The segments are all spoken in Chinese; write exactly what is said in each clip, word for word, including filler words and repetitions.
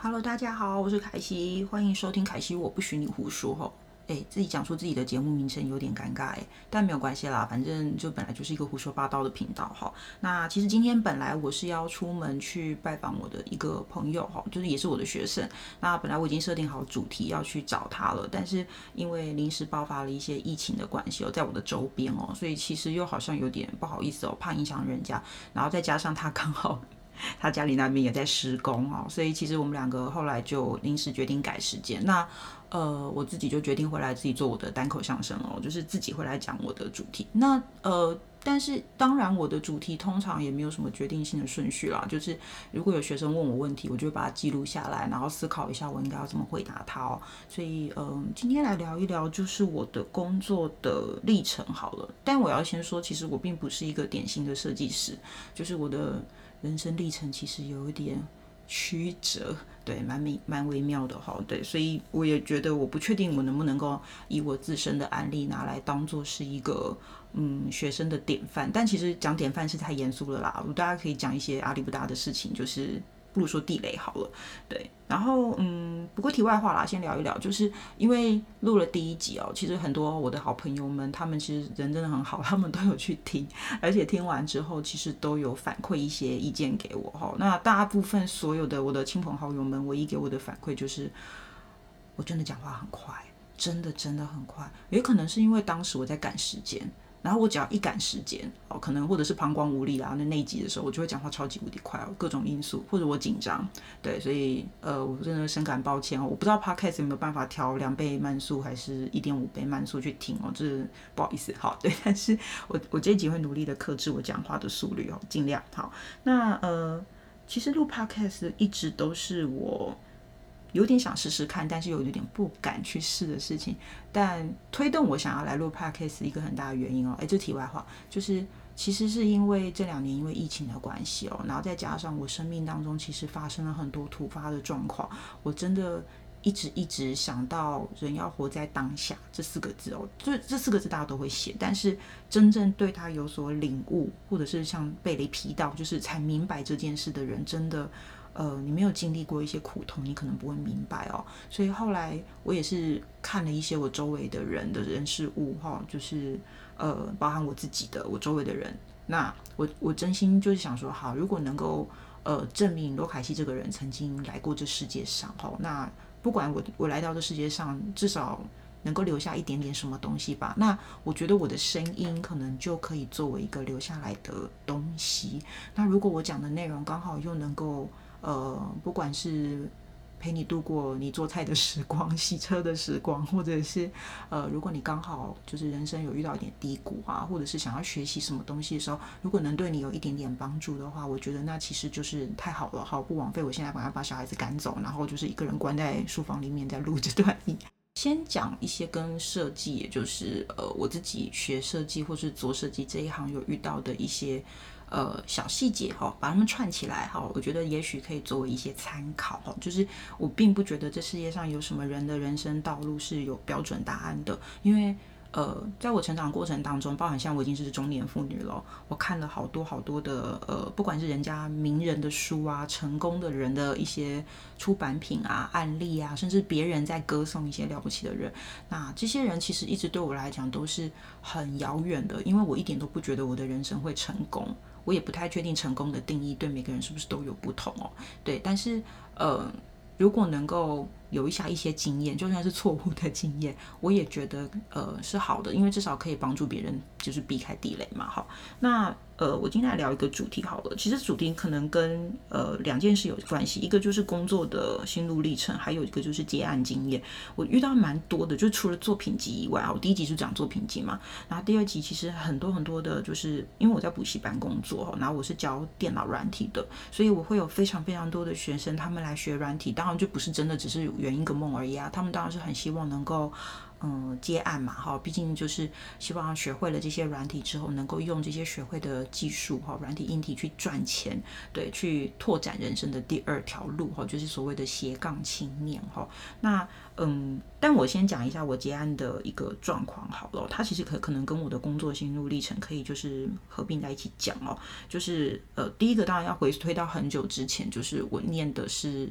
Hello，大家好，我是凯西，欢迎收听凯西我不许你胡说吼。哎，自己讲出自己的节目名称有点尴尬哎，但没有关系啦，反正就本来就是一个胡说八道的频道哈。那其实今天本来我是要出门去拜访我的一个朋友哈，就是也是我的学生。那本来我已经设定好主题要去找他了，但是因为临时爆发了一些疫情的关系哦，在我的周边哦，所以其实又好像有点不好意思哦，怕影响人家，然后再加上他刚好。他家里那边也在施工哦，所以其实我们两个后来就临时决定改时间。那呃，我自己就决定回来自己做我的单口相声哦，就是自己回来讲我的主题。那呃，但是当然我的主题通常也没有什么决定性的顺序啦，就是如果有学生问我问题，我就会把它记录下来，然后思考一下我应该要怎么回答他哦。所以嗯、呃，今天来聊一聊就是我的工作的历程好了。但我要先说，其实我并不是一个典型的设计师，就是我的人生历程其实有一点曲折，对，蛮蛮微妙的哈，对，所以我也觉得我不确定我能不能够以我自身的案例拿来当做是一个嗯学生的典范，但其实讲典范是太严肃了啦，大家可以讲一些阿里不达的事情，就是不如说地雷好了，对，然后嗯，不过题外话啦，先聊一聊，就是因为录了第一集哦，其实很多我的好朋友们，他们其实人真的很好，他们都有去听，而且听完之后，其实都有反馈一些意见给我哈。那大部分所有的我的亲朋好友们，唯一给我的反馈就是，我真的讲话很快，真的真的很快，也可能是因为当时我在赶时间。然后我只要一赶时间，哦，可能或者是膀胱无力啦，那那一集的时候，我就会讲话超级无敌快哦，各种因素，或者我紧张，对，所以呃，我真的深感抱歉哦，我不知道 podcast 有没有办法调两倍慢速还是一点五倍慢速去听哦，这不好意思，好，对，但是我我这一集会努力的克制我讲话的速率哦，尽量好。那呃，其实录 podcast 一直都是我有点想试试看，但是又有点不敢去试的事情。但推动我想要来录 podcast 一个很大的原因哦，哎，这题外话就是其实是因为这两年因为疫情的关系哦，然后再加上我生命当中其实发生了很多突发的状况，我真的一直一直想到人要活在当下这四个字哦，这这四个字大家都会写，但是真正对它有所领悟，或者是像被雷劈到，就是才明白这件事的人，真的。呃，你没有经历过一些苦痛，你可能不会明白哦。所以后来我也是看了一些我周围的人的人事物哈，就是呃，包含我自己的，我周围的人。那我我真心就是想说，好，如果能够呃证明罗凯西这个人曾经来过这世界上哈，那不管我我来到这世界上，至少能够留下一点点什么东西吧。那我觉得我的声音可能就可以作为一个留下来的东西。那如果我讲的内容刚好又能够呃，不管是陪你度过你做菜的时光、洗车的时光，或者是呃，如果你刚好就是人生有遇到一点低谷啊，或者是想要学习什么东西的时候，如果能对你有一点点帮助的话，我觉得那其实就是太好了，好不枉费我现在把他把小孩子赶走，然后就是一个人关在书房里面在录这段音。先讲一些跟设计，也就是呃我自己学设计或是做设计这一行有遇到的一些呃小细节哈，把它们串起来哈，我觉得也许可以作为一些参考哈。就是我并不觉得这世界上有什么人的人生道路是有标准答案的，因为呃，在我成长过程当中，包含像我已经是中年妇女了，我看了好多好多的呃，不管是人家名人的书啊，成功的人的一些出版品啊、案例啊，甚至别人在歌颂一些了不起的人，那这些人其实一直对我来讲都是很遥远的，因为我一点都不觉得我的人生会成功，我也不太确定成功的定义对每个人是不是都有不同哦。对，但是呃。如果能够有一下一些经验，就算是错误的经验，我也觉得呃是好的，因为至少可以帮助别人，就是避开地雷嘛。好，那呃我今天来聊一个主题好了，其实主题可能跟呃两件事有关系，一个就是工作的心路历程，还有一个就是接案经验。我遇到蛮多的，就除了作品集以外，我第一集是讲作品集嘛，然后第二集其实很多很多的，就是因为我在补习班工作，然后我是教电脑软体的，所以我会有非常非常多的学生，他们来学软体，当然就不是真的只是圆一个梦而已啊，他们当然是很希望能够嗯接案嘛哈，毕竟就是希望学会了这些软体之后，能够用这些学会的技术哈，软体硬体去赚钱，对，去拓展人生的第二条路哈，就是所谓的斜杠青年哈。那嗯，但我先讲一下我接案的一个状况好了，它其实可可能跟我的工作心路历程可以就是合并在一起讲哦。就是呃，第一个当然要回推到很久之前，就是我念的是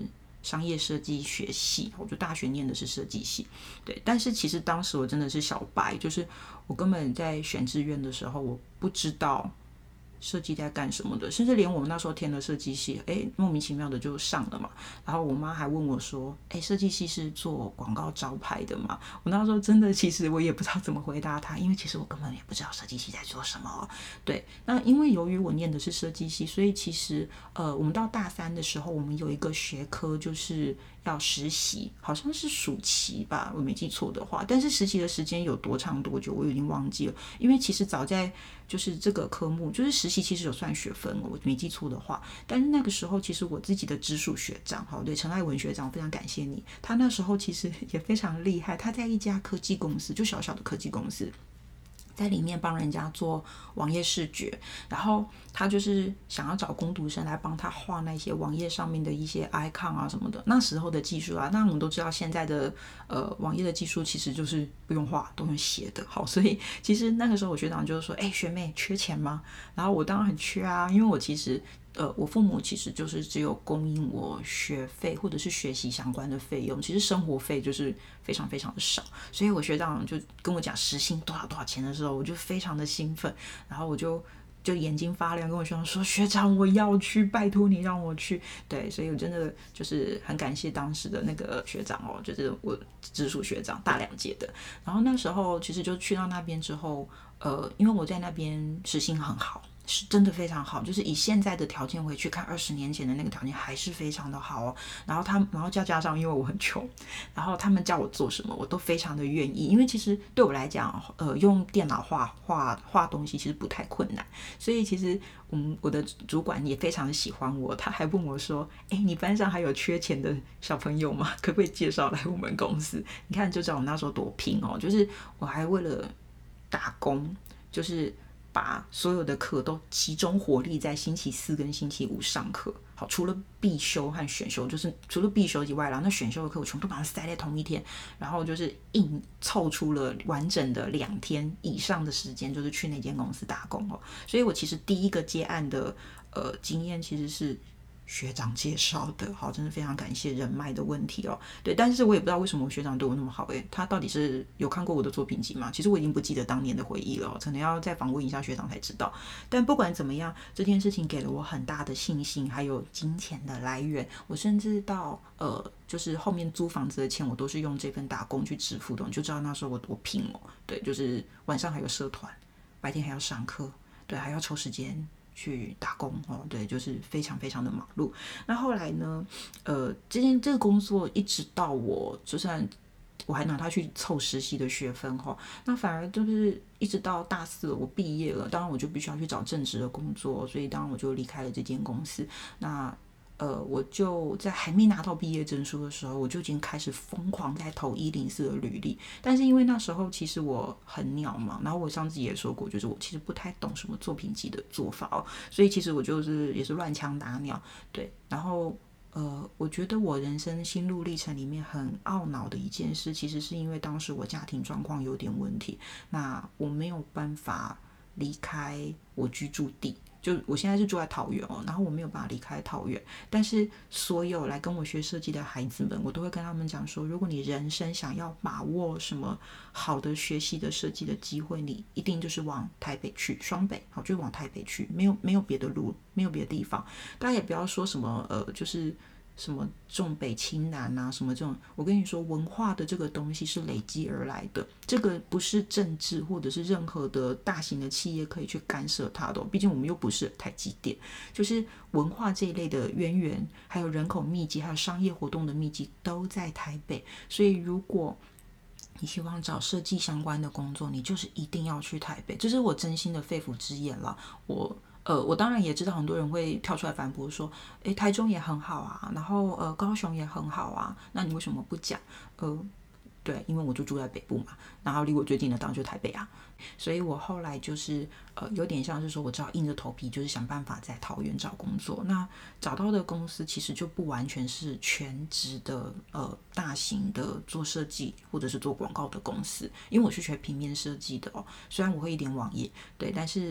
商业设计学系，我就大学念的是设计系，对。但是其实当时我真的是小白，就是我根本在选志愿的时候，我不知道设计在干什么的，甚至连我们那时候填的设计系，哎，莫名其妙的就上了嘛。然后我妈还问我说：“哎，设计系是做广告招牌的嘛？”我那时候真的其实我也不知道怎么回答她，因为其实我根本也不知道设计系在做什么。对，那因为由于我念的是设计系，所以其实呃，我们到大三的时候，我们有一个学科就是要实习，好像是暑期吧，我没记错的话。但是实习的时间有多长多久，我已经忘记了。因为其实早在就是这个科目，就是实习其实有算学分，我没记错的话。但是那个时候，其实我自己的直属学长，好，对，陈爱文学长，非常感谢你。他那时候其实也非常厉害，他在一家科技公司，就小小的科技公司，在里面帮人家做网页视觉，然后他就是想要找工读生来帮他画那些网页上面的一些 icon 啊什么的。那时候的技术啊，那我们都知道现在的呃网页的技术其实就是不用画，都用写的。好，所以其实那个时候我学长就是说，哎，学妹缺钱吗？然后我当然很缺啊，因为我其实。呃，我父母其实就是只有供应我学费或者是学习相关的费用，其实生活费就是非常非常的少，所以我学长就跟我讲时薪多少多少钱的时候，我就非常的兴奋，然后我就就眼睛发亮，跟我学长说：“学长，我要去，拜托你让我去。”对，所以我真的就是很感谢当时的那个学长哦，就是我直属学长大两届的。然后那时候其实就去到那边之后，呃，因为我在那边时薪很好。是真的非常好，就是以现在的条件回去看二十年前的那个条件还是非常的好哦。然后他，然后再加上因为我很穷，然后他们叫我做什么我都非常的愿意，因为其实对我来讲，呃，用电脑画画画东西其实不太困难，所以其实我们我的主管也非常的喜欢我，他还问我说：“哎，你班上还有缺钱的小朋友吗？可不可以介绍来我们公司？”你看就知道我那时候多拼哦，就是我还为了打工，就是。把所有的课都集中火力在星期四跟星期五上课，好，除了必修和选修，就是除了必修以外啦，那选修的课我全部都把它塞在同一天，然后就是硬凑出了完整的两天以上的时间，就是去那间公司打工哦。所以我其实第一个接案的呃经验其实是。学长介绍的，好，真的非常感谢人脉的问题哦。对，但是我也不知道为什么我学长对我那么好，诶，他到底是有看过我的作品集吗？其实我已经不记得当年的回忆了哦，可能要再访问一下学长才知道。但不管怎么样，这件事情给了我很大的信心，还有金钱的来源。我甚至到呃，就是后面租房子的钱，我都是用这份打工去支付的，你就知道那时候我多拼哦。对，就是晚上还有社团，白天还要上课，对，还要抽时间。去打工哦，对，就是非常非常的忙碌。那后来呢，呃，这件这个工作一直到我就算我还拿它去凑实习的学分哈，那反而就是一直到大四我毕业了，当然我就必须要去找正职的工作，所以当然我就离开了这间公司。那呃，我就在还没拿到毕业证书的时候，我就已经开始疯狂在投一零四的履历。但是因为那时候其实我很鸟嘛，然后我上次也说过，就是我其实不太懂什么作品集的做法哦，所以其实我就是也是乱枪打鸟，对。然后呃，我觉得我人生心路历程里面很懊恼的一件事，其实是因为当时我家庭状况有点问题，那我没有办法离开我居住地。就我现在是住在桃园哦，然后我没有办法离开桃园，但是所有来跟我学设计的孩子们，我都会跟他们讲说，如果你人生想要把握什么好的学习的设计的机会，你一定就是往台北去，双北，好，就往台北去，没有没有别的路，没有别的地方，大家也不要说什么呃，就是。什么重北轻南啊，什么这种，我跟你说，文化的这个东西是累积而来的，这个不是政治或者是任何的大型的企业可以去干涉它的、哦，毕竟我们又不是台积电，就是文化这一类的渊源，还有人口密集，还有商业活动的密集都在台北，所以如果你希望找设计相关的工作，你就是一定要去台北，这是我真心的肺腑之言了，我。呃，我当然也知道很多人会跳出来反驳说，诶，台中也很好啊，然后呃，高雄也很好啊，那你为什么不讲？呃，对，因为我就住在北部嘛，然后离我最近的当然就是台北啊，所以我后来就是呃，有点像是说，我只好硬着头皮，就是想办法在桃园找工作。那找到的公司其实就不完全是全职的呃大型的做设计或者是做广告的公司，因为我是学平面设计的哦，虽然我会一点网页，对，但是。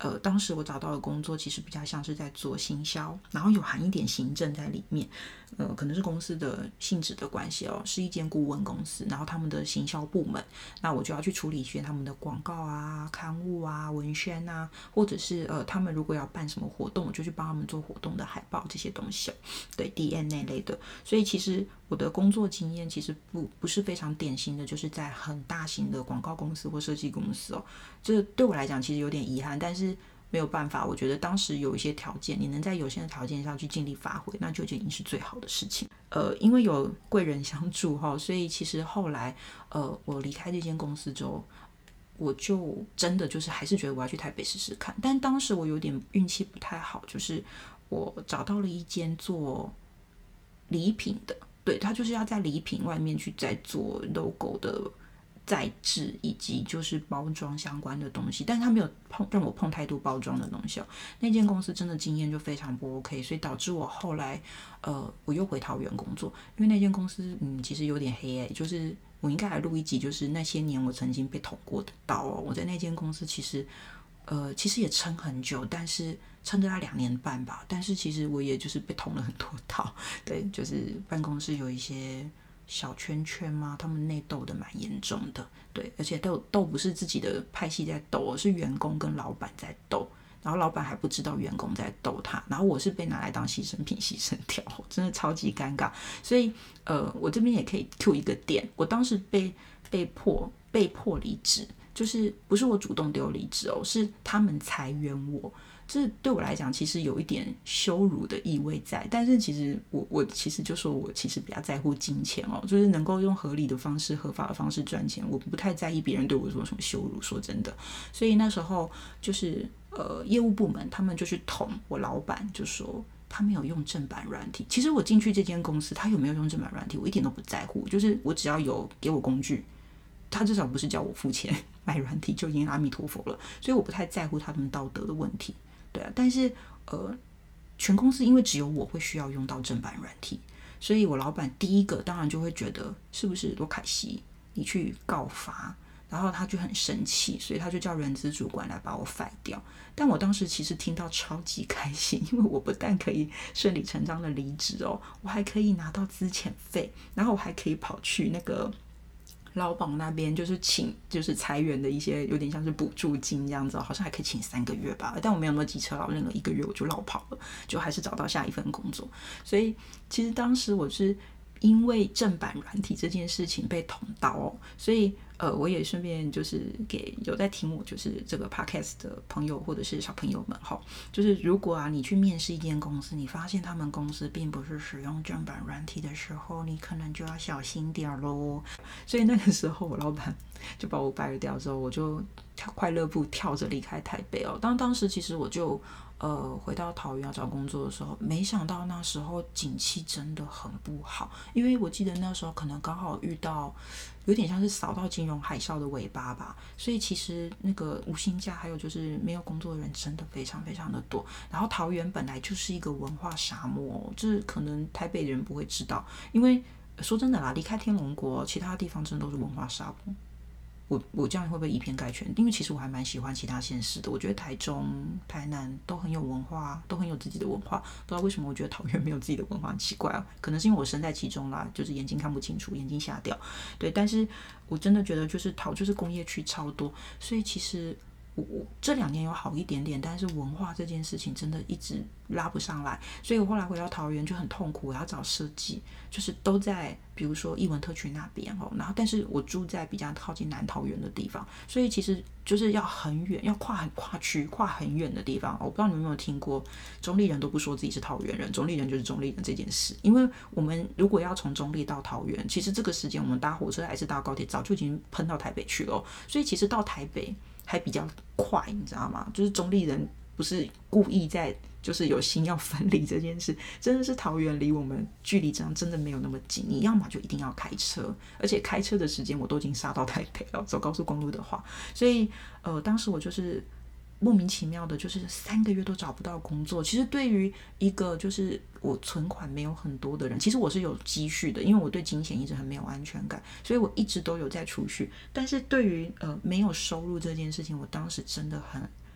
呃，当时我找到的工作其实比较像是在做行销，然后有含一点行政在里面，呃，可能是公司的性质的关系哦，是一间顾问公司，然后他们的行销部门，那我就要去处理一些他们的广告啊、刊物啊、文宣啊，或者是呃，他们如果要办什么活动，我就去帮他们做活动的海报这些东西哦，对 D N 那类的，所以其实我的工作经验其实不不是非常典型的，就是在很大型的广告公司或设计公司哦，这对我来讲其实有点遗憾，但是没有办法，我觉得当时有一些条件，你能在有限的条件下去尽力发挥，那就已经是最好的事情。呃，因为有贵人相助哈，所以其实后来呃，我离开这间公司之后，我就真的就是还是觉得我要去台北试试看，但当时我有点运气不太好，就是我找到了一间做礼品的，对，他就是要在礼品外面去再做 logo 的再制以及就是包装相关的东西，但是他没有碰让我碰太多包装的东西哦。那间公司真的经验就非常不 OK， 所以导致我后来呃我又回桃园工作，因为那间公司嗯其实有点黑哎、欸，就是我应该来录一集，就是那些年我曾经被捅过的刀哦。我在那间公司其实呃其实也撑很久，但是撑了两年半吧，但是其实我也就是被捅了很多刀，对，就是办公室有一些小圈圈嘛，他们内斗的蛮严重的，对，而且斗斗不是自己的派系在斗，是员工跟老板在斗，然后老板还不知道员工在斗他，然后我是被拿来当牺牲品、牺牲掉，真的超级尴尬。所以，呃，我这边也可以 Q 一个点，我当时被被迫被迫离职，就是不是我主动丢离职哦，是他们裁员我。这对我来讲其实有一点羞辱的意味在，但是其实我我其实就说我其实比较在乎金钱哦，就是能够用合理的方式、合法的方式赚钱，我不太在意别人对我说什么羞辱。说真的，所以那时候就是呃业务部门他们就去捅我老板，就说他没有用正版软体。其实我进去这间公司，他有没有用正版软体，我一点都不在乎，就是我只要有给我工具。他至少不是叫我付钱买软体，就已经阿弥陀佛了，所以我不太在乎他们道德的问题。对啊，但是呃，全公司因为只有我会需要用到正版软体，所以我老板第一个当然就会觉得是不是罗凯西你去告发，然后他就很生气，所以他就叫人资主管来把我废掉。但我当时其实听到超级开心，因为我不但可以顺理成章的离职哦，我还可以拿到资遣费，然后我还可以跑去那个劳保那边就是请就是裁员的一些有点像是补助金这样子，好像还可以请三个月吧，但我没有那么机车劳，认了一个月我就落跑了，就还是找到下一份工作。所以其实当时我是因为正版软体这件事情被捅刀哦，所以呃，我也顺便就是给有在听我就是这个 podcast 的朋友或者是小朋友们哈，就是如果啊你去面试一间公司，你发现他们公司并不是使用正版软体的时候，你可能就要小心点咯。所以那个时候我老板就把我掰掉之后，我就跳快乐步跳着离开台北哦。当当时其实我就呃回到桃园要找工作的时候，没想到那时候景气真的很不好，因为我记得那时候可能刚好遇到有点像是扫到金融海啸的尾巴吧，所以其实那个无薪假还有就是没有工作的人真的非常非常的多。然后桃园本来就是一个文化沙漠哦，这可能台北人不会知道，因为说真的啦，离开天龙国，其他地方真的都是文化沙漠。我我这样会不会以偏概全？因为其实我还蛮喜欢其他县市的，我觉得台中、台南都很有文化，都很有自己的文化。不知道为什么，我觉得桃园没有自己的文化，很奇怪啊。可能是因为我身在其中啦，就是眼睛看不清楚，眼睛瞎掉。对，但是我真的觉得就是桃就是工业区超多，所以其实我我这两年有好一点点，但是文化这件事情真的一直拉不上来，所以我后来回到桃园就很痛苦，我要找设计，就是都在比如说艺文特区那边哦，然后但是我住在比较靠近南桃园的地方，所以其实就是要很远，要跨很跨区跨很远的地方。我不知道你们有没有听过，中立人都不说自己是桃园人，中立人就是中立人这件事，因为我们如果要从中立到桃园，其实这个时间我们搭火车还是搭高铁，早就已经喷到台北去了，所以其实到台北还比较快，你知道吗？就是中立人不是故意在就是有心要分离这件事，真的是桃园离我们距离这样真的没有那么近，你要么就一定要开车，而且开车的时间我都已经杀到台北了，走高速公路的话，所以呃当时我就是莫名其妙的，就是三个月都找不到工作。其实对于一个就是我存款没有很多的人，其实我是有积蓄的，因为我对金钱一直很没有安全感，所以我一直都有在储蓄。但是对于呃没有收入这件事情，我当时真的很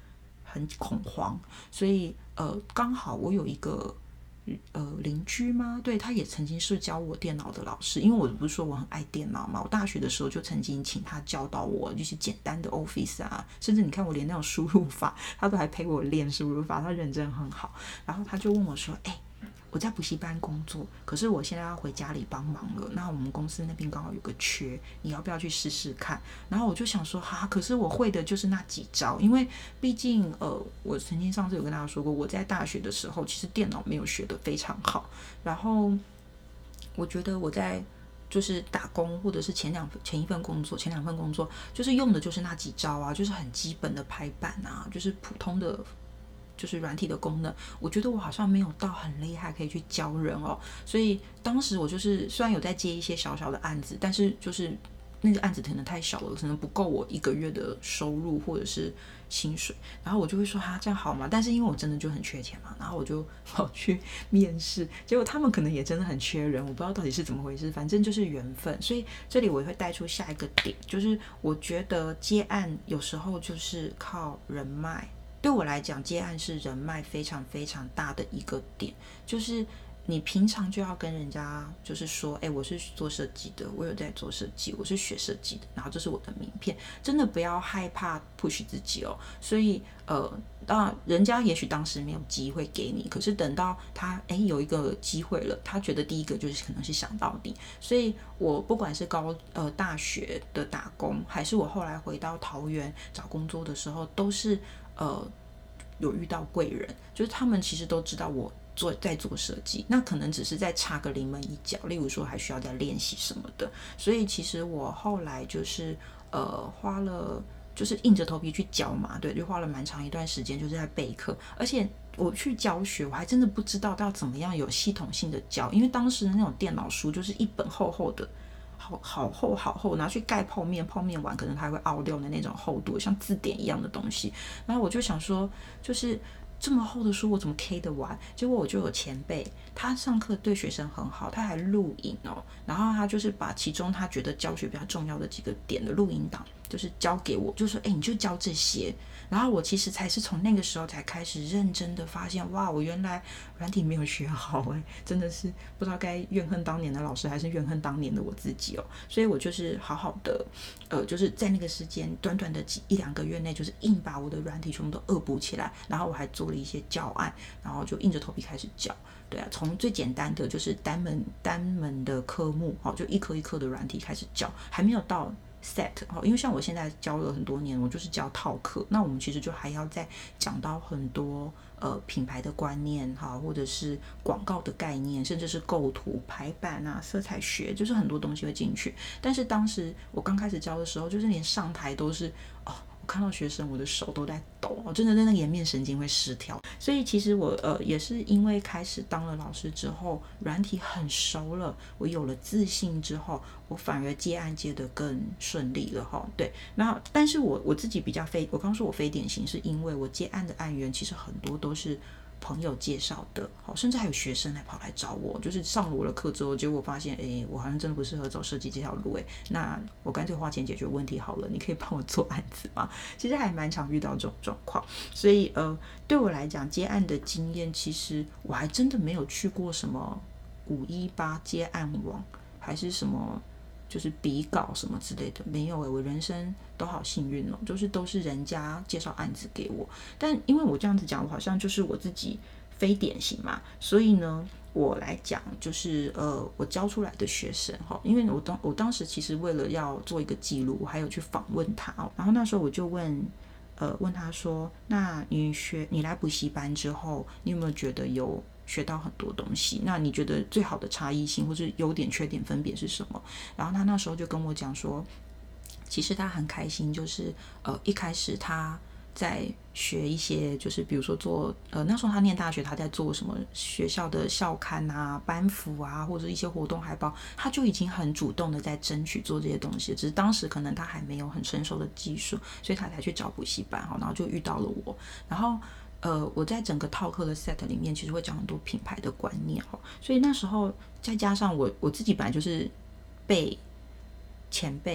很恐慌，所以呃刚好我有一个呃邻居吗？对，他也曾经是教我电脑的老师，因为我不是说我很爱电脑嘛，我大学的时候就曾经请他教导我就是简单的 Office 啊，甚至你看我连那种输入法，他都还陪我练输入法，他人真的很好。然后他就问我说：“哎、欸。”我在补习班工作，可是我现在要回家里帮忙了。那我们公司那边刚好有个缺，你要不要去试试看？然后我就想说，哈，可是我会的就是那几招，因为毕竟，呃，我曾经上次有跟大家说过，我在大学的时候其实电脑没有学得非常好。然后我觉得我在就是打工或者是前两前一份工作，前两份工作就是用的就是那几招啊，就是很基本的排版啊，就是普通的。就是软体的功能，我觉得我好像没有到很厉害可以去教人哦，所以当时我就是虽然有在接一些小小的案子，但是就是那个案子可能太小了，可能不够我一个月的收入或者是薪水，然后我就会说哈、啊、这样好吗？但是因为我真的就很缺钱嘛，然后我就跑去面试，结果他们可能也真的很缺人，我不知道到底是怎么回事，反正就是缘分。所以这里我也会带出下一个点，就是我觉得接案有时候就是靠人脉。对我来讲，接案是人脉非常非常大的一个点，就是你平常就要跟人家就是说，哎，我是做设计的，我有在做设计，我是学设计的，然后这是我的名片，真的不要害怕 push 自己哦。所以呃，当然人家也许当时没有机会给你，可是等到他哎有一个机会了，他觉得第一个就是可能是想到你。所以我不管是高呃大学的打工，还是我后来回到桃园找工作的时候，都是。呃，有遇到贵人，就是他们其实都知道我做在做设计，那可能只是在插个临门一脚，例如说还需要再练习什么的。所以其实我后来就是呃花了，就是硬着头皮去教嘛，对，就花了蛮长一段时间，就是在备课，而且我去教学，我还真的不知道要怎么样有系统性的教，因为当时的那种电脑书就是一本厚厚的。好好厚好厚，拿去盖泡面，泡面碗可能它会凹掉的那种厚度，像字典一样的东西。然后我就想说，就是这么厚的书，我怎么 K 得完？结果我就有前辈，他上课对学生很好，他还录影哦，然后他就是把其中他觉得教学比较重要的几个点的录影档，就是交给我，就说，哎，你就教这些。然后我其实才是从那个时候才开始认真的发现，哇，我原来软体没有学好哎，真的是不知道该怨恨当年的老师还是怨恨当年的我自己哦。所以我就是好好的，呃，就是在那个时间短短的几一两个月内，就是硬把我的软体全部都恶补起来，然后我还做了一些教案，然后就硬着头皮开始教。对啊，从最简单的就是单门单门的科目，哦，就一科一科的软体开始教，还没有到。set 因为像我现在教了很多年，我就是教套课，那我们其实就还要再讲到很多呃品牌的观念哈，或者是广告的概念，甚至是构图、排版啊、色彩学，就是很多东西会进去。但是当时我刚开始教的时候，就是连上台都是哦。看到学生，我的手都在抖，真的那个颜面神经会失调。所以其实我呃也是因为开始当了老师之后，软体很熟了，我有了自信之后，我反而接案接得更顺利了哈。对，那但是我我自己比较非，我刚说我非典型，是因为我接案的案源其实很多都是。朋友介绍的，好，甚至还有学生来跑来找我，就是上了我的课之后，结果发现，哎，我好像真的不适合走设计这条路，哎，那我干脆花钱解决问题好了，你可以帮我做案子吗？其实还蛮常遇到这种状况，所以呃，对我来讲，接案的经验，其实我还真的没有去过什么五一八接案网，还是什么。就是比稿什么之类的没有诶、欸，我人生都好幸运哦，就是都是人家介绍案子给我。但因为我这样子讲，我好像就是我自己非典型嘛，所以呢，我来讲就是呃，我教出来的学生哈，因为我当我当时其实为了要做一个记录，我还有去访问他哦，然后那时候我就问呃问他说，那你学你来补习班之后，你有没有觉得有？学到很多东西，那你觉得最好的差异性或是优点缺点分别是什么？然后他那时候就跟我讲说，其实他很开心，就是呃一开始他在学一些，就是比如说做呃那时候他念大学，他在做什么学校的校刊啊、班服啊，或者一些活动海报，他就已经很主动的在争取做这些东西，只是当时可能他还没有很成熟的技术，所以他才去找补习班，然后就遇到了我，然后。呃，我在整个套课的 set 里面，其实会讲很多品牌的观念哦，所以那时候再加上我我自己本来就是被前辈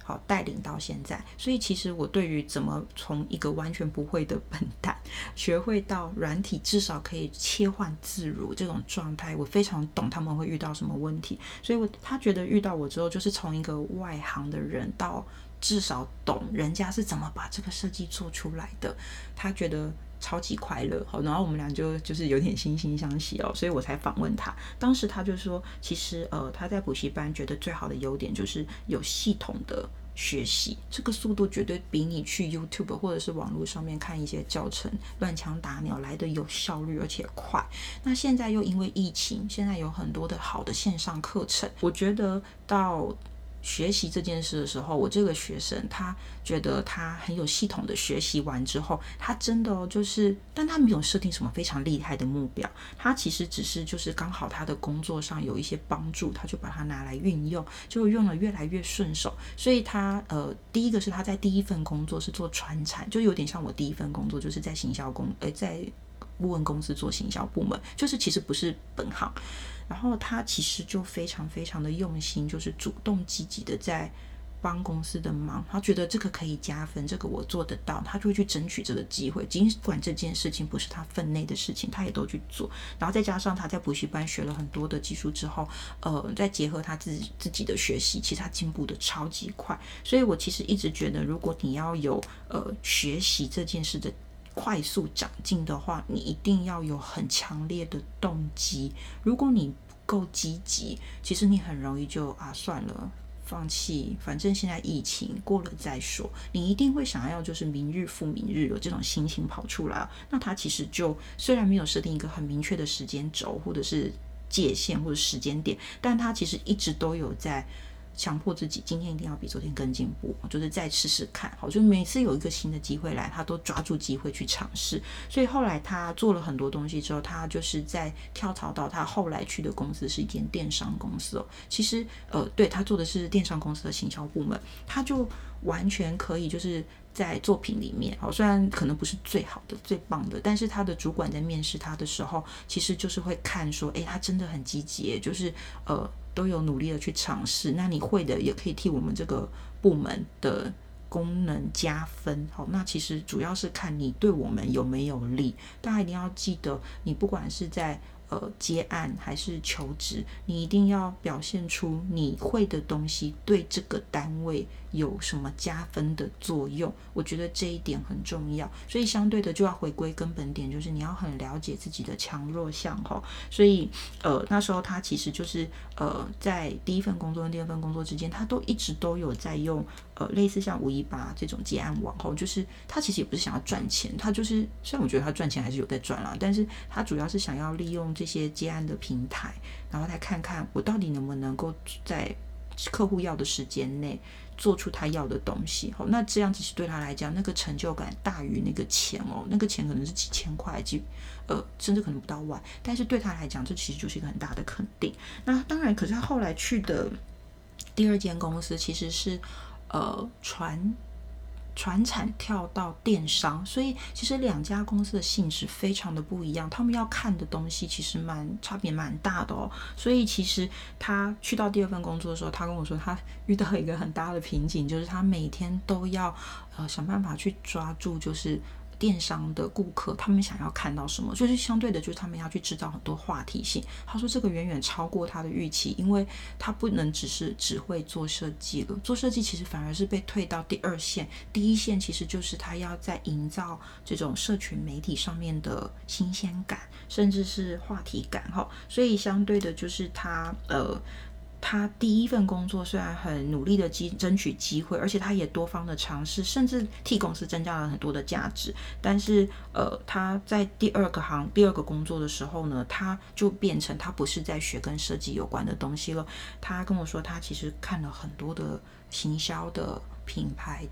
好带领到现在。所以其实我对于怎么从一个完全不会的笨蛋学会到软体至少可以切换自如这种状态，我非常懂他们会遇到什么问题。所以我他觉得遇到我之后，就是从一个外行的人到至少懂人家是怎么把这个设计做出来的，他觉得超级快乐。好，然后我们俩就就是有点惺惺相惜哦，所以我才访问他。当时他就说，其实呃他在补习班觉得最好的优点就是有系统的学习，这个速度绝对比你去 YouTube 或者是网络上面看一些教程乱枪打鸟来的有效率而且快。那现在又因为疫情，现在有很多的好的线上课程，我觉得到学习这件事的时候，我这个学生他觉得他很有系统的学习完之后，他真的哦就是，但他没有设定什么非常厉害的目标，他其实只是就是刚好他的工作上有一些帮助，他就把它拿来运用，就用了越来越顺手。所以他呃，第一个是他在第一份工作是做传产，就有点像我第一份工作就是在行销公，呃，在顾问公司做行销部门，就是其实不是本行。然后他其实就非常非常的用心，就是主动积极的在帮公司的忙，他觉得这个可以加分，这个我做得到，他就会去争取这个机会，尽管这件事情不是他分内的事情，他也都去做。然后再加上他在补习班学了很多的技术之后，呃，再结合他自己自己的学习，其实他进步的超级快。所以我其实一直觉得，如果你要有呃学习这件事的快速长进的话，你一定要有很强烈的动机。如果你不够积极，其实你很容易就啊算了，放弃，反正现在疫情过了再说。你一定会想要就是明日复明日，有这种心情跑出来。那他其实就虽然没有设定一个很明确的时间轴或者是界限或者时间点，但他其实一直都有在强迫自己今天一定要比昨天更进步，就是再试试看。好，就每次有一个新的机会来，他都抓住机会去尝试。所以后来他做了很多东西之后，他就是在跳槽到他后来去的公司是一间电商公司哦。其实呃，对，他做的是电商公司的行销部门，他就完全可以就是在作品里面，好，虽然可能不是最好的、最棒的，但是他的主管在面试他的时候，其实就是会看说，哎，他真的很积极，就是呃。都有努力的去尝试，那你会的也可以替我们这个部门的功能加分。好，那其实主要是看你对我们有没有利。大家一定要记得，你不管是在呃接案还是求职，你一定要表现出你会的东西对这个单位有什么加分的作用。我觉得这一点很重要，所以相对的就要回归根本点，就是你要很了解自己的强弱项哈。所以呃那时候他其实就是呃在第一份工作跟第二份工作之间，他都一直都有在用呃类似像五一八这种接案网后，就是他其实也不是想要赚钱，他就是虽然我觉得他赚钱还是有在赚啦，但是他主要是想要利用这些接案的平台，然后来看看我到底能不能够在客户要的时间内做出他要的东西。好，那这样其实对他来讲，那个成就感大于那个钱哦，那个钱可能是几千块，几呃甚至可能不到万，但是对他来讲，这其实就是一个很大的肯定。那当然，可是他后来去的第二间公司其实是呃传。传产跳到电商，所以其实两家公司的性质非常的不一样，他们要看的东西其实蛮差别蛮大的哦。所以其实他去到第二份工作的时候，他跟我说他遇到一个很大的瓶颈，就是他每天都要呃想办法去抓住就是电商的顾客他们想要看到什么，就是相对的就是他们要去制造很多话题性。他说这个远远超过他的预期，因为他不能只是只会做设计了，做设计其实反而是被退到第二线，第一线其实就是他要在营造这种社群媒体上面的新鲜感，甚至是话题感哈。所以相对的就是他呃他第一份工作虽然很努力的争取机会，而且他也多方的尝试，甚至替公司增加了很多的价值，但是呃他在第二个行第二个工作的时候呢，他就变成他不是在学跟设计有关的东西了。他跟我说他其实看了很多的行销的品牌的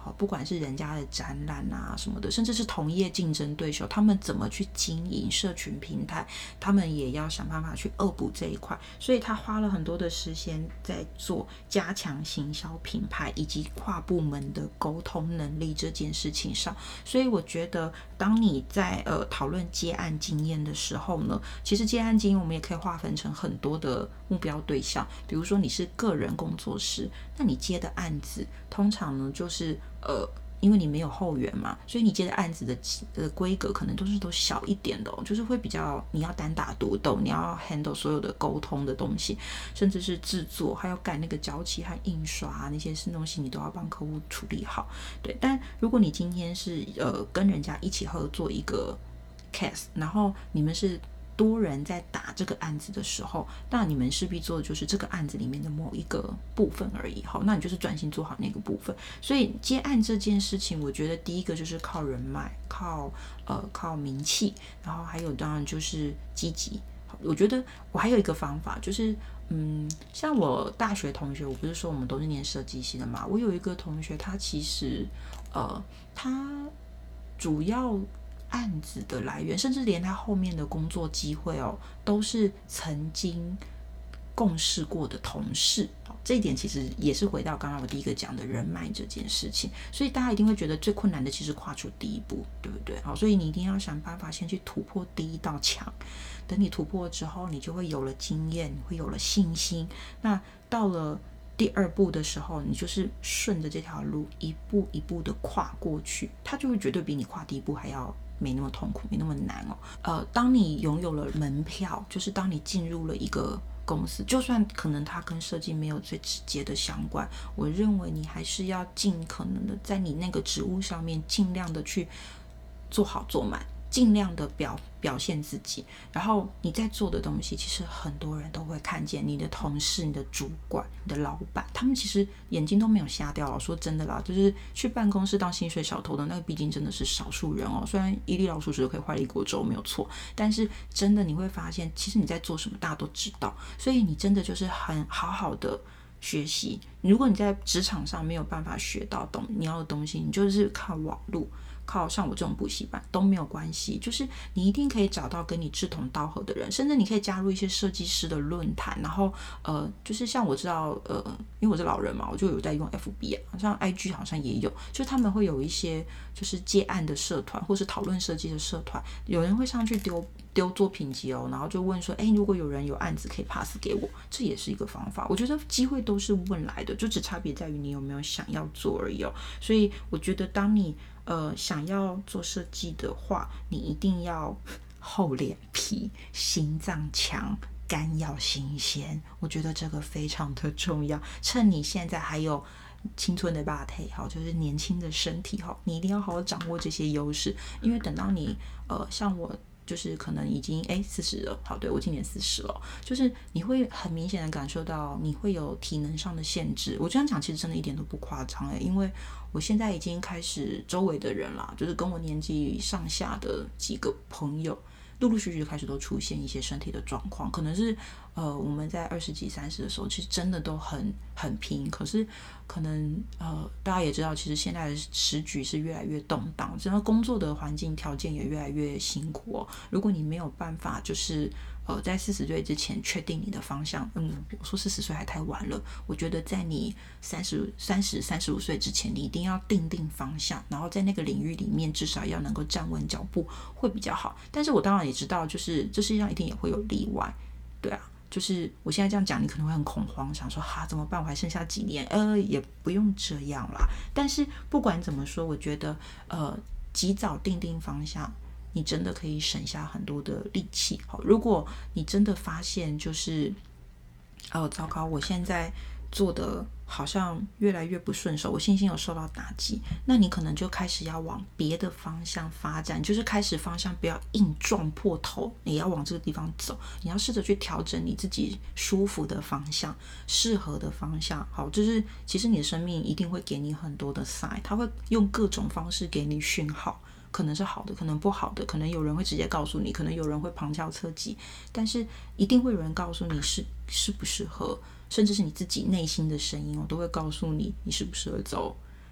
好，不管是人家的展览啊什么的，甚至是同业竞争对手，他们怎么去经营社群平台，他们也要想办法去恶补这一块。所以他花了很多的时间在做加强行销品牌以及跨部门的沟通能力这件事情上。所以我觉得，当你在呃讨论接案经验的时候呢，其实接案经验我们也可以划分成很多的目标对象。比如说你是个人工作室，那你接的案子通常呢就是呃，因为你没有后援嘛，所以你接的案子的的规格可能都是都小一点的、哦，就是会比较你要单打独斗，你要 handle 所有的沟通的东西，甚至是制作，还要改那个交期和印刷、啊、那些是东西，你都要帮客户处理好。对，但如果你今天是呃跟人家一起合作一个 case， 然后你们是多人在打这个案子的时候，那你们势必做的就是这个案子里面的某一个部分而已。好，那你就是专心做好那个部分。所以接案这件事情，我觉得第一个就是靠人脉，靠呃靠名气，然后还有当然就是积极。我觉得我还有一个方法，就是嗯，像我大学同学，我不是说我们都是念设计系的嘛，我有一个同学，他其实呃他主要案子的来源，甚至连他后面的工作机会哦，都是曾经共事过的同事。这一点其实也是回到刚刚我第一个讲的人脉这件事情，所以大家一定会觉得最困难的其实跨出第一步，对不对？好，所以你一定要想办法先去突破第一道墙，等你突破之后，你就会有了经验，会有了信心。那到了第二步的时候，你就是顺着这条路一步一步的跨过去，它就会绝对比你跨第一步还要没那么痛苦，没那么难哦。呃，当你拥有了门票，就是当你进入了一个公司，就算可能它跟设计没有最直接的相关，我认为你还是要尽可能的在你那个职务上面尽量的去做好做满，尽量的表表现自己。然后你在做的东西，其实很多人都会看见，你的同事、你的主管、你的老板，他们其实眼睛都没有瞎掉了。说真的啦，就是去办公室当薪水小偷的那个，毕竟真的是少数人哦。虽然一粒老鼠屎可以坏了一锅粥，没有错，但是真的你会发现，其实你在做什么，大家都知道。所以你真的就是很好好的学习。如果你在职场上没有办法学到懂你要的东西，你就是靠网络，靠像我这种补习班都没有关系，就是你一定可以找到跟你志同道合的人，甚至你可以加入一些设计师的论坛，然后呃，就是像我知道呃，因为我是老人嘛，我就有在用 F B 啊，像 I G 好像也有，就他们会有一些就是接案的社团，或是讨论设计的社团，有人会上去丢丢作品集哦，然后就问说，哎，如果有人有案子可以 pass 给我，这也是一个方法。我觉得机会都是问来的，就只差别在于你有没有想要做而已哦。所以我觉得当你呃想要做设计的话，你一定要厚脸皮、心脏强、肝要新鲜，我觉得这个非常的重要。趁你现在还有青春的霸体，好，就是年轻的身体，好，你一定要好好掌握这些优势，因为等到你呃像我。就是可能已经哎四十了，好，对我今年四十了，就是你会很明显的感受到你会有体能上的限制。我这样讲其实真的一点都不夸张哎，因为我现在已经开始周围的人啦，就是跟我年纪上下的几个朋友，陆陆续续开始都出现一些身体的状况，可能是呃我们在二十几三十的时候，其实真的都很很拼，可是可能呃大家也知道，其实现在的时局是越来越动荡，整个工作的环境条件也越来越辛苦哦。如果你没有办法就是呃在四十岁之前确定你的方向，嗯，我说四十岁还太晚了，我觉得在你三十三十三十五岁之前，你一定要定定方向，然后在那个领域里面至少要能够站稳脚步会比较好。但是我当然也知道，就是这世界上一定也会有例外，对啊。就是我现在这样讲，你可能会很恐慌，想说哈怎么办？我还剩下几年？呃，也不用这样啦。但是不管怎么说，我觉得呃，及早定定方向，你真的可以省下很多的力气。好，如果你真的发现就是哦，糟糕，我现在做的好像越来越不顺手，我信心有受到打击，那你可能就开始要往别的方向发展，就是开始方向不要硬撞破头，你要往这个地方走，你要试着去调整你自己舒服的方向，适合的方向。好，就是其实你的生命一定会给你很多的 sign， 它会用各种方式给你讯号，可能是好的，可能不好的，可能有人会直接告诉你，可能有人会旁敲侧击，但是一定会有人告诉你是适不适合，甚至是你自己内心的声音，我都会告诉你你适不适合走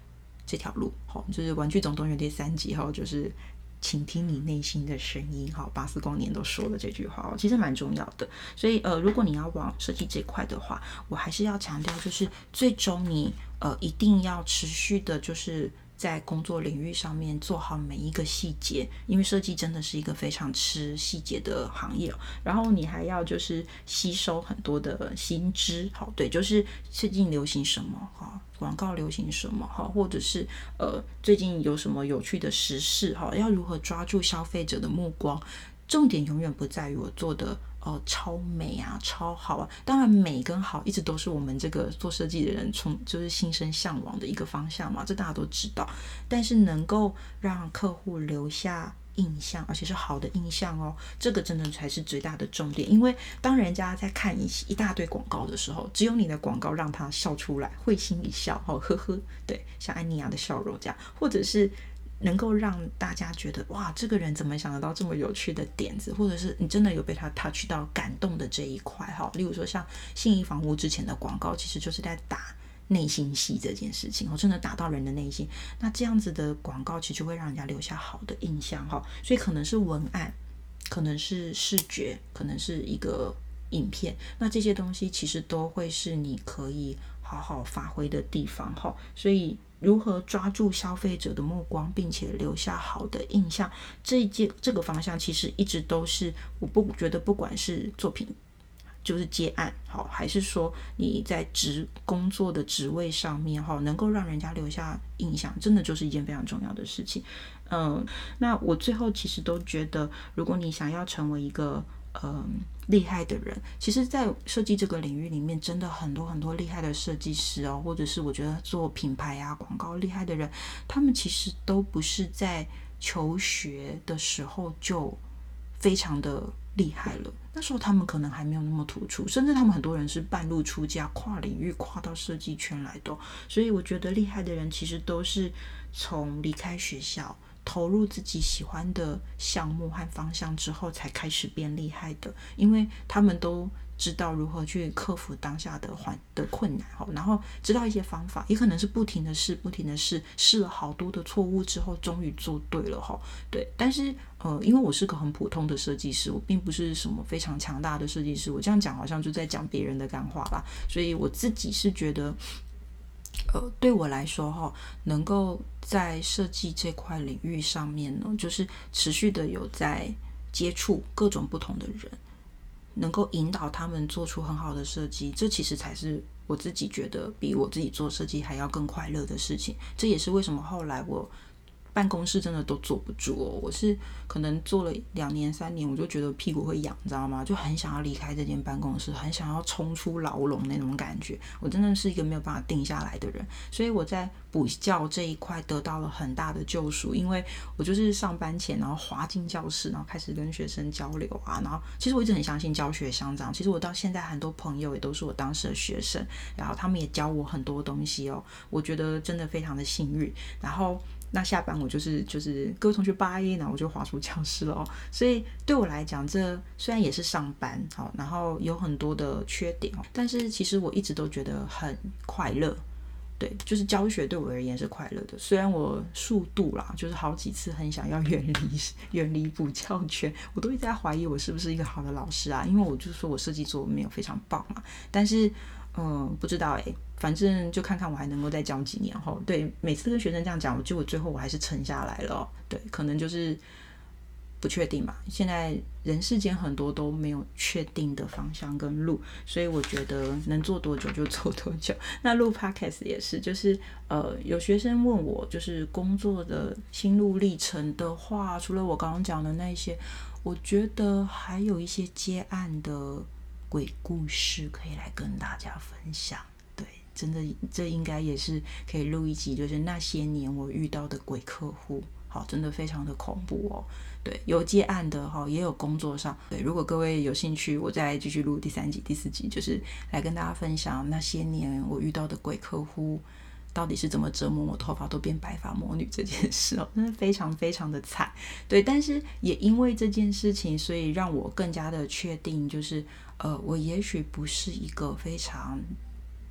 这条路。好，就是《玩具总动员》第三集哈，就是请听你内心的声音。好，巴斯光年都说了这句话，其实蛮重要的。所以呃，如果你要往设计这块的话，我还是要强调，就是最终你呃一定要持续的，就是在工作领域上面做好每一个细节，因为设计真的是一个非常吃细节的行业。然后你还要就是吸收很多的新知，好，对，就是最近流行什么哈，广告流行什么哈，或者是呃最近有什么有趣的时事哈，要如何抓住消费者的目光。重点永远不在于我做的哦超美啊超好啊，当然美跟好一直都是我们这个做设计的人从就是心生向往的一个方向嘛，这大家都知道。但是能够让客户留下印象，而且是好的印象哦，这个真的才是最大的重点。因为当人家在看一一大堆广告的时候，只有你的广告让他笑出来，会心一笑，哦呵呵，对，像安妮亚的笑容这样，或者是能够让大家觉得哇，这个人怎么想得到这么有趣的点子，或者是你真的有被他 touch 到感动的这一块哈。例如说像信义房屋之前的广告，其实就是在打内心戏这件事情，真的打到人的内心。那这样子的广告其实就会让人家留下好的印象哈。所以可能是文案，可能是视觉，可能是一个影片，那这些东西其实都会是你可以好好发挥的地方哈。所以如何抓住消费者的目光，并且留下好的印象，这一件这个方向其实一直都是我不觉得，不管是作品就是接案好，还是说你在职工作的职位上面哈，能够让人家留下印象，真的就是一件非常重要的事情。嗯，那我最后其实都觉得，如果你想要成为一个嗯厉害的人，其实在设计这个领域里面真的很多很多厉害的设计师哦，或者是我觉得做品牌啊广告厉害的人，他们其实都不是在求学的时候就非常的厉害了，那时候他们可能还没有那么突出，甚至他们很多人是半路出家，跨领域跨到设计圈来的。所以我觉得厉害的人其实都是从离开学校投入自己喜欢的项目和方向之后才开始变厉害的，因为他们都知道如何去克服当下的环的困难，然后知道一些方法，也可能是不停的试不停的试试了好多的错误之后终于做对了哈。对，但是呃，因为我是个很普通的设计师，我并不是什么非常强大的设计师，我这样讲好像就在讲别人的干话啦，所以我自己是觉得呃，对我来说哈，能够在设计这块领域上面呢，就是持续的有在接触各种不同的人，能够引导他们做出很好的设计，这其实才是我自己觉得比我自己做设计还要更快乐的事情。这也是为什么后来我办公室真的都坐不住哦，我是可能做了两年三年，我就觉得屁股会痒，你知道吗？就很想要离开这间办公室，很想要冲出牢笼那种感觉。我真的是一个没有办法定下来的人，所以我在补教这一块得到了很大的救赎，因为我就是上班前然后滑进教室，然后开始跟学生交流啊，然后其实我一直很相信教学相长，其实我到现在很多朋友也都是我当时的学生，然后他们也教我很多东西哦，我觉得真的非常的幸运。然后那下班我就是就是各位同学拜，然后我就滑出教室了哦。所以对我来讲，这虽然也是上班好，然后有很多的缺点哦，但是其实我一直都觉得很快乐。对，就是教学对我而言是快乐的，虽然我数度啦，就是好几次很想要远离远离补教圈，我都一直在怀疑我是不是一个好的老师啊，因为我就说我设计做没有非常棒嘛，但是嗯，不知道哎、欸，反正就看看我还能够再教几年后。对，每次跟学生这样讲，我结果最后我还是撑下来了、哦。对，可能就是不确定嘛。现在人世间很多都没有确定的方向跟路，所以我觉得能做多久就做多久。那录 podcast 也是，就是呃，有学生问我，就是工作的心路历程的话，除了我刚刚讲的那些，我觉得还有一些接案的鬼故事可以来跟大家分享。对，真的这应该也是可以录一集，就是那些年我遇到的鬼客户，好，真的非常的恐怖哦。对，有接案的哈，也有工作上。对，如果各位有兴趣，我再继续录第三集、第四集，就是来跟大家分享那些年我遇到的鬼客户到底是怎么折磨我头发都变白发魔女这件事哦，真的非常非常的惨。对，但是也因为这件事情，所以让我更加的确定，就是呃，我也许不是一个非常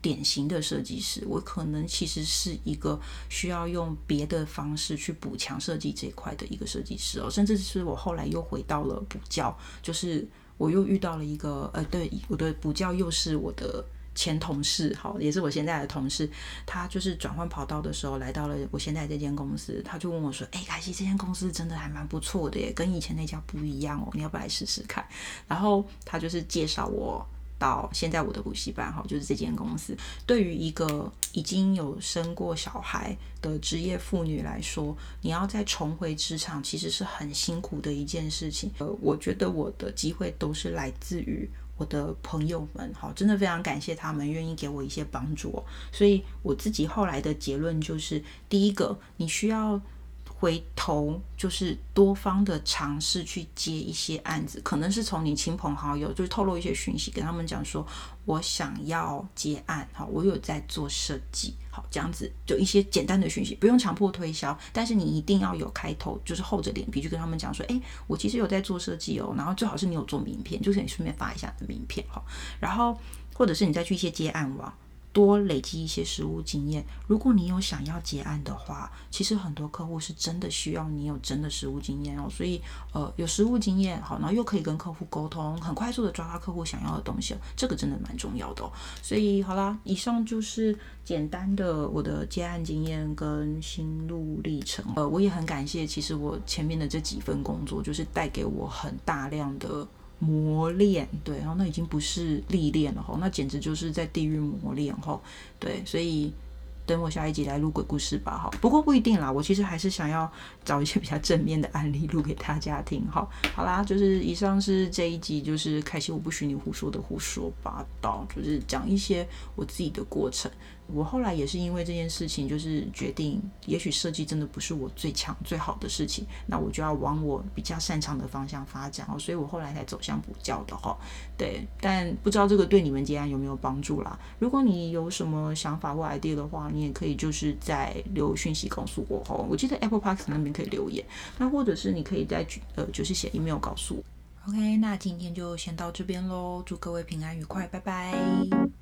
典型的设计师，我可能其实是一个需要用别的方式去补强设计这一块的一个设计师哦，甚至是我后来又回到了补教，就是我又遇到了一个呃，对，我的补教又是我的前同事，好，也是我现在的同事，他就是转换跑道的时候来到了我现在这间公司，他就问我说：“哎，凯西，这间公司真的还蛮不错的耶，跟以前那家不一样哦，你要不要来试试看？”然后他就是介绍我到现在我的补习班，哈，就是这间公司。对于一个已经有生过小孩的职业妇女来说，你要再重回职场，其实是很辛苦的一件事情。呃，我觉得我的机会都是来自于我的朋友们，好，真的非常感谢他们愿意给我一些帮助哦。所以我自己后来的结论就是，第一个，你需要回头就是多方的尝试去接一些案子，可能是从你亲朋好友就是透露一些讯息，跟他们讲说我想要接案，好，我有在做设计，好，这样子就一些简单的讯息，不用强迫推销，但是你一定要有开头，就是厚着脸皮去跟他们讲说，哎，我其实有在做设计哦，然后最好是你有做名片，就是你顺便发一下你的名片，好，然后或者是你再去一些接案网。多累积一些实务经验。如果你有想要结案的话，其实很多客户是真的需要你有真的实务经验哦。所以呃，有实务经验好，然后又可以跟客户沟通，很快速的抓到客户想要的东西，这个真的蛮重要的哦。所以好啦，以上就是简单的我的接案经验跟心路历程。呃，我也很感谢，其实我前面的这几份工作就是带给我很大量的磨练，对，然后那已经不是历练了，那简直就是在地狱磨练，对，所以等我下一集来录鬼故事吧，不过不一定啦，我其实还是想要找一些比较正面的案例录给大家听，好啦，就是以上是这一集，就是凯西我不许你胡说的胡说八道，就是讲一些我自己的过程。我后来也是因为这件事情，就是决定，也许设计真的不是我最强最好的事情，那我就要往我比较擅长的方向发展，所以我后来才走向补教的哈。对，但不知道这个对你们接案有没有帮助啦？如果你有什么想法或 idea 的话，你也可以就是在留讯息告诉我哈。我记得 Apple Podcast 那边可以留言，那或者是你可以在呃就是写 email 告诉我。OK， 那今天就先到这边咯，祝各位平安愉快，拜拜。